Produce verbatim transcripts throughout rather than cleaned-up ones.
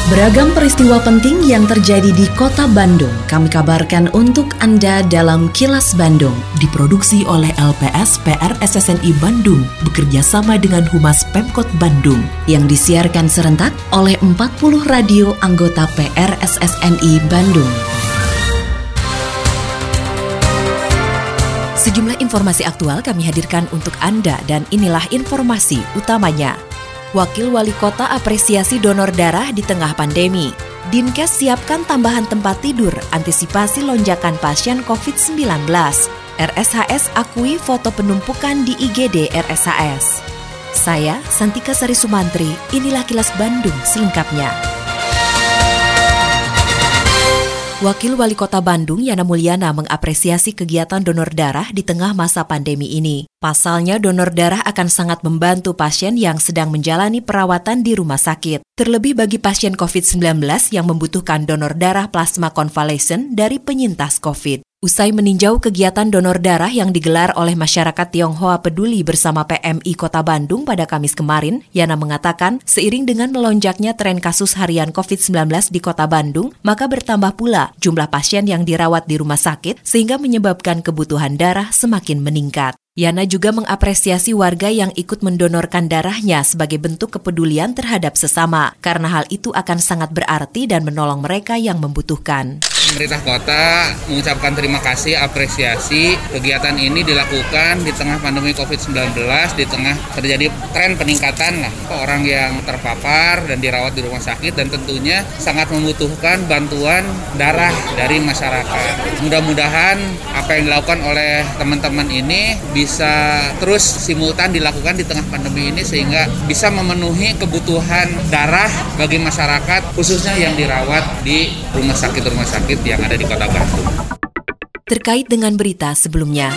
Beragam peristiwa penting yang terjadi di Kota Bandung kami kabarkan untuk Anda dalam Kilas Bandung. Diproduksi oleh L P S P R S S N I Bandung bekerja sama dengan Humas Pemkot Bandung yang disiarkan serentak oleh empat puluh radio anggota P R S S N I Bandung. Sejumlah informasi aktual kami hadirkan untuk Anda dan inilah informasi utamanya. Wakil Wali Kota apresiasi donor darah di tengah pandemi. Dinkes siapkan tambahan tempat tidur, antisipasi lonjakan pasien covid sembilan belas. R S H S akui foto penumpukan di I G D R S H S. Saya, Santika Sari Sumantri, inilah Kilas Bandung selengkapnya. Wakil Wali Kota Bandung Yana Mulyana mengapresiasi kegiatan donor darah di tengah masa pandemi ini. Pasalnya, donor darah akan sangat membantu pasien yang sedang menjalani perawatan di rumah sakit. Terlebih bagi pasien covid sembilan belas yang membutuhkan donor darah plasma convalescent dari penyintas COVID. Usai meninjau kegiatan donor darah yang digelar oleh masyarakat Tionghoa Peduli bersama P M I Kota Bandung pada Kamis kemarin, Yana mengatakan seiring dengan melonjaknya tren kasus harian covid sembilan belas di Kota Bandung, maka bertambah pula jumlah pasien yang dirawat di rumah sakit sehingga menyebabkan kebutuhan darah semakin meningkat. Yana juga mengapresiasi warga yang ikut mendonorkan darahnya sebagai bentuk kepedulian terhadap sesama, karena hal itu akan sangat berarti dan menolong mereka yang membutuhkan. Pemerintah kota mengucapkan terima kasih, apresiasi kegiatan ini dilakukan di tengah pandemi covid sembilan belas, di tengah terjadi tren peningkatan lah orang yang terpapar dan dirawat di rumah sakit dan tentunya sangat membutuhkan bantuan darah dari masyarakat. Mudah-mudahan apa yang dilakukan oleh teman-teman ini bisa terus simultan dilakukan di tengah pandemi ini sehingga bisa memenuhi kebutuhan darah bagi masyarakat khususnya yang dirawat di rumah sakit-rumah sakit yang ada di Kota Bandung. Terkait dengan berita sebelumnya,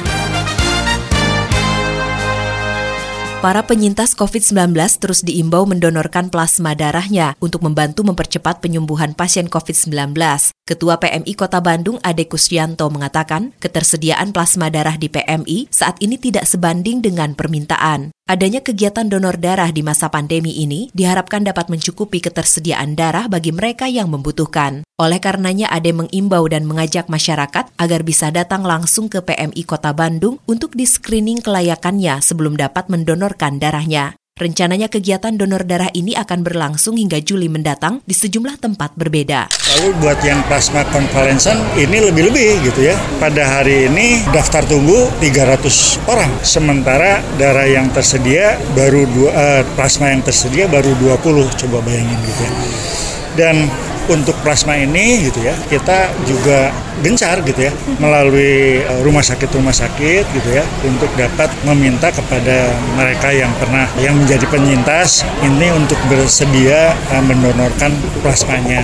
para penyintas covid sembilan belas terus diimbau mendonorkan plasma darahnya untuk membantu mempercepat penyembuhan pasien covid sembilan belas. Ketua P M I Kota Bandung Ade Kusyanto mengatakan ketersediaan plasma darah di P M I saat ini tidak sebanding dengan permintaan. Adanya kegiatan donor darah di masa pandemi ini diharapkan dapat mencukupi ketersediaan darah bagi mereka yang membutuhkan. Oleh karenanya Ade mengimbau dan mengajak masyarakat agar bisa datang langsung ke P M I Kota Bandung untuk di-screening kelayakannya sebelum dapat mendonorkan darahnya. Rencananya kegiatan donor darah ini akan berlangsung hingga Juli mendatang di sejumlah tempat berbeda. Lalu buat yang plasma convalescent ini lebih-lebih gitu ya. Pada hari ini daftar tunggu tiga ratus orang. Sementara darah yang tersedia baru dua, uh, plasma yang tersedia baru dua puluh. Coba bayangin gitu ya. Dan untuk plasma ini gitu ya, kita juga gencar gitu ya melalui rumah sakit-rumah sakit gitu ya untuk dapat meminta kepada mereka yang pernah yang menjadi penyintas ini untuk bersedia mendonorkan plasmanya.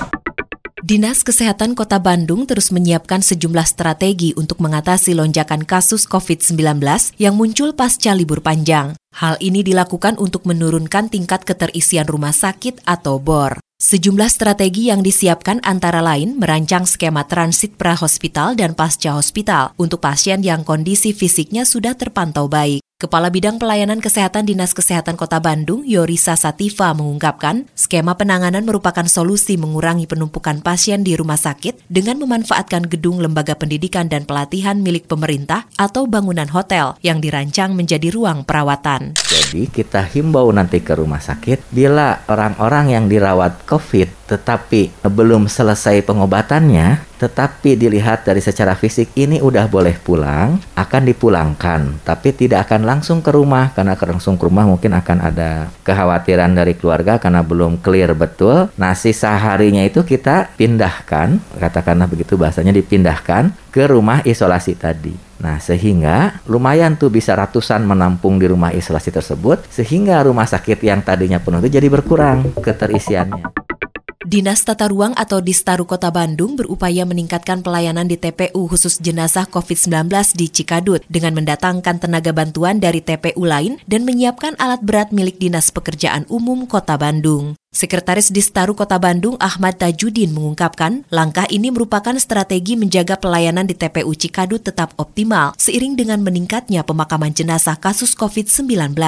Dinas Kesehatan Kota Bandung terus menyiapkan sejumlah strategi untuk mengatasi lonjakan kasus covid sembilan belas yang muncul pasca libur panjang. Hal ini dilakukan untuk menurunkan tingkat keterisian rumah sakit atau B O R. Sejumlah strategi yang disiapkan antara lain merancang skema transit pra-hospital dan pasca-hospital untuk pasien yang kondisi fisiknya sudah terpantau baik. Kepala Bidang Pelayanan Kesehatan Dinas Kesehatan Kota Bandung, Yorisa Sativa, mengungkapkan skema penanganan merupakan solusi mengurangi penumpukan pasien di rumah sakit dengan memanfaatkan gedung lembaga pendidikan dan pelatihan milik pemerintah atau bangunan hotel yang dirancang menjadi ruang perawatan. Jadi kita himbau nanti ke rumah sakit, bila orang-orang yang dirawat COVID tetapi belum selesai pengobatannya, tetapi dilihat dari secara fisik ini udah boleh pulang, akan dipulangkan, tapi tidak akan langsung ke rumah, karena langsung ke rumah mungkin akan ada kekhawatiran dari keluarga karena belum clear betul. Nah, sisa harinya itu kita pindahkan, katakanlah begitu bahasanya, dipindahkan ke rumah isolasi tadi. Nah, sehingga lumayan tuh bisa ratusan menampung di rumah isolasi tersebut, sehingga rumah sakit yang tadinya penuh itu jadi berkurang keterisiannya. Dinas Tata Ruang atau Distaru Kota Bandung berupaya meningkatkan pelayanan di T P U khusus jenazah covid sembilan belas di Cikadut dengan mendatangkan tenaga bantuan dari T P U lain dan menyiapkan alat berat milik Dinas Pekerjaan Umum Kota Bandung. Sekretaris Distaru Kota Bandung Ahmad Tajudin mengungkapkan langkah ini merupakan strategi menjaga pelayanan di T P U Cikadut tetap optimal seiring dengan meningkatnya pemakaman jenazah kasus covid sembilan belas.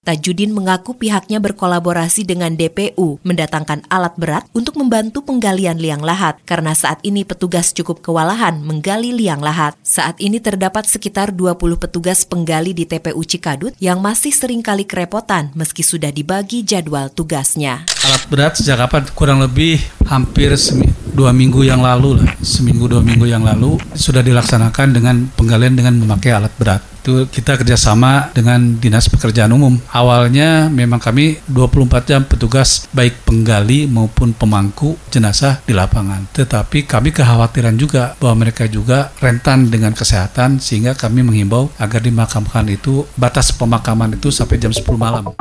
Tajudin mengaku pihaknya berkolaborasi dengan D P U mendatangkan alat berat untuk membantu penggalian liang lahat karena saat ini petugas cukup kewalahan menggali liang lahat. Saat ini terdapat sekitar dua puluh petugas penggali di T P U Cikadut yang masih seringkali kerepotan meski sudah dibagi jadwal tugasnya. Alat berat sejak kapan? Kurang lebih hampir semi, dua minggu yang lalu lah, seminggu dua minggu yang lalu sudah dilaksanakan dengan penggalian dengan memakai alat berat. Itu kita kerjasama dengan Dinas Pekerjaan Umum. Awalnya memang kami dua puluh empat jam petugas baik penggali maupun pemangku jenazah di lapangan. Tetapi kami kekhawatiran juga bahwa mereka juga rentan dengan kesehatan sehingga kami menghimbau agar dimakamkan itu, batas pemakaman itu sampai jam sepuluh malam.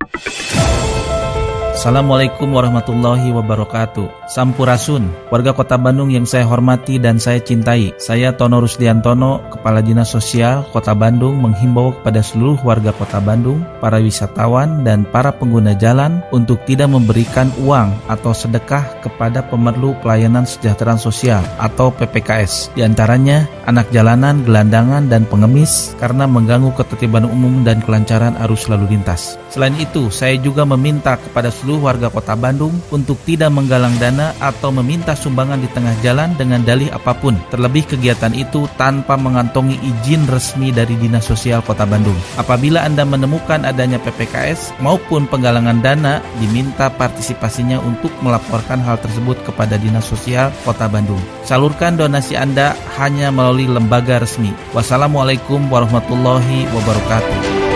Assalamualaikum warahmatullahi wabarakatuh. Sampurasun, warga Kota Bandung yang saya hormati dan saya cintai. Saya Tono Rusdiantono, Kepala Dinas Sosial Kota Bandung, menghimbau kepada seluruh warga Kota Bandung, para wisatawan dan para pengguna jalan untuk tidak memberikan uang atau sedekah kepada pemerlu pelayanan kesejahteraan sosial atau P P K S. Di antaranya anak jalanan, gelandangan, dan pengemis karena mengganggu ketertiban umum dan kelancaran arus lalu lintas. Selain itu, saya juga meminta kepada seluruh warga Kota Bandung untuk tidak menggalang dana atau meminta sumbangan di tengah jalan dengan dalih apapun, terlebih kegiatan itu tanpa mengantongi izin resmi dari Dinas Sosial Kota Bandung. Apabila Anda menemukan adanya P P K S maupun penggalangan dana, diminta partisipasinya untuk melaporkan hal tersebut kepada Dinas Sosial Kota Bandung. Salurkan donasi Anda hanya melalui lembaga resmi. Wassalamualaikum warahmatullahi wabarakatuh.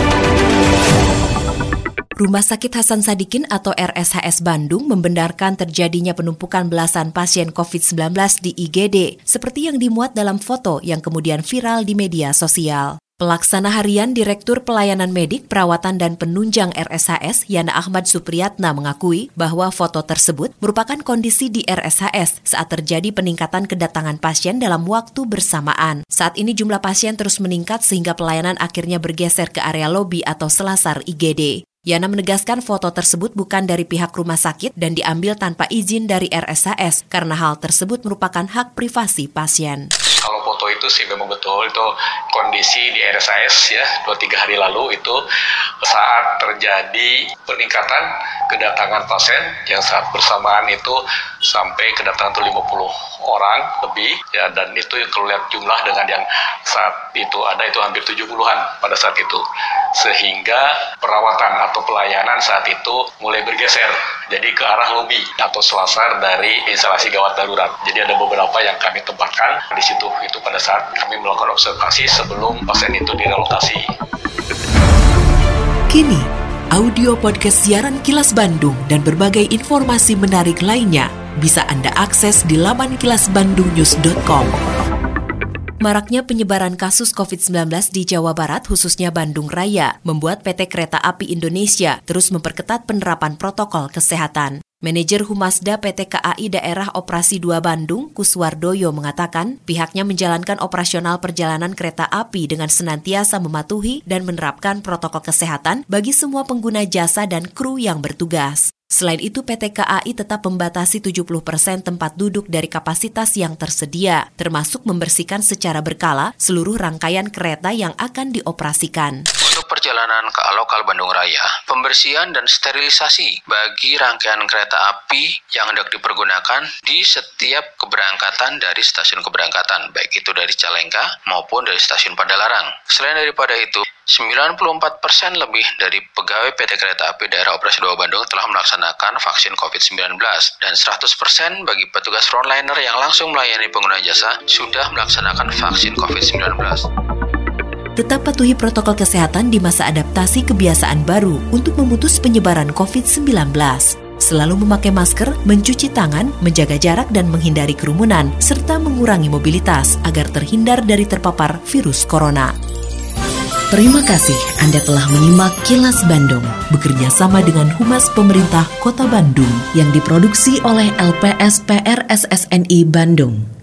Rumah Sakit Hasan Sadikin atau R S H S Bandung membenarkan terjadinya penumpukan belasan pasien covid sembilan belas di I G D, seperti yang dimuat dalam foto yang kemudian viral di media sosial. Pelaksana Harian Direktur Pelayanan Medik, Perawatan dan Penunjang R S H S, Yana Ahmad Supriyatna mengakui bahwa foto tersebut merupakan kondisi di R S H S saat terjadi peningkatan kedatangan pasien dalam waktu bersamaan. Saat ini jumlah pasien terus meningkat sehingga pelayanan akhirnya bergeser ke area lobi atau selasar I G D. Yana menegaskan foto tersebut bukan dari pihak rumah sakit dan diambil tanpa izin dari R S H S karena hal tersebut merupakan hak privasi pasien. Kalau foto itu sih memang betul, itu kondisi di R S H S ya, dua tiga hari lalu itu saat terjadi peningkatan kedatangan pasien yang saat bersamaan itu sampai kedatangan tuh lima puluh orang lebih ya, dan itu kalau lihat jumlah dengan yang saat itu ada itu hampir tujuh puluhan pada saat itu, sehingga perawatan atau pelayanan saat itu mulai bergeser jadi ke arah lobi atau selasar dari instalasi gawat darurat. Jadi ada beberapa yang kami tempatkan di situ itu pada saat kami melakukan observasi sebelum pasien itu direlokasi. Kini, audio podcast siaran Kilas Bandung dan berbagai informasi menarik lainnya bisa Anda akses di laman kilas bandung news dot com. Maraknya penyebaran kasus covid sembilan belas di Jawa Barat, khususnya Bandung Raya, membuat P T Kereta Api Indonesia terus memperketat penerapan protokol kesehatan. Manajer Humasda P T K A I Daerah Operasi dua Bandung, Kuswardoyo, mengatakan pihaknya menjalankan operasional perjalanan kereta api dengan senantiasa mematuhi dan menerapkan protokol kesehatan bagi semua pengguna jasa dan kru yang bertugas. Selain itu, P T K A I tetap membatasi tujuh puluh persen tempat duduk dari kapasitas yang tersedia, termasuk membersihkan secara berkala seluruh rangkaian kereta yang akan dioperasikan. Untuk perjalanan K A lokal Bandung Raya, pembersihan dan sterilisasi bagi rangkaian kereta api yang hendak dipergunakan di setiap keberangkatan dari stasiun keberangkatan, baik itu dari Calengka maupun dari stasiun Padalarang. Selain daripada itu, sembilan puluh empat persen lebih dari pegawai P T Kereta Api Daerah Operasi dua Bandung telah melaksanakan vaksin covid sembilan belas dan seratus persen bagi petugas frontliner yang langsung melayani pengguna jasa sudah melaksanakan vaksin covid sembilan belas. Tetap patuhi protokol kesehatan di masa adaptasi kebiasaan baru untuk memutus penyebaran covid sembilan belas. Selalu memakai masker, mencuci tangan, menjaga jarak dan menghindari kerumunan, serta mengurangi mobilitas agar terhindar dari terpapar virus corona. Terima kasih Anda telah menyimak Kilas Bandung, bekerja sama dengan Humas Pemerintah Kota Bandung yang diproduksi oleh L P S P R S S N I Bandung.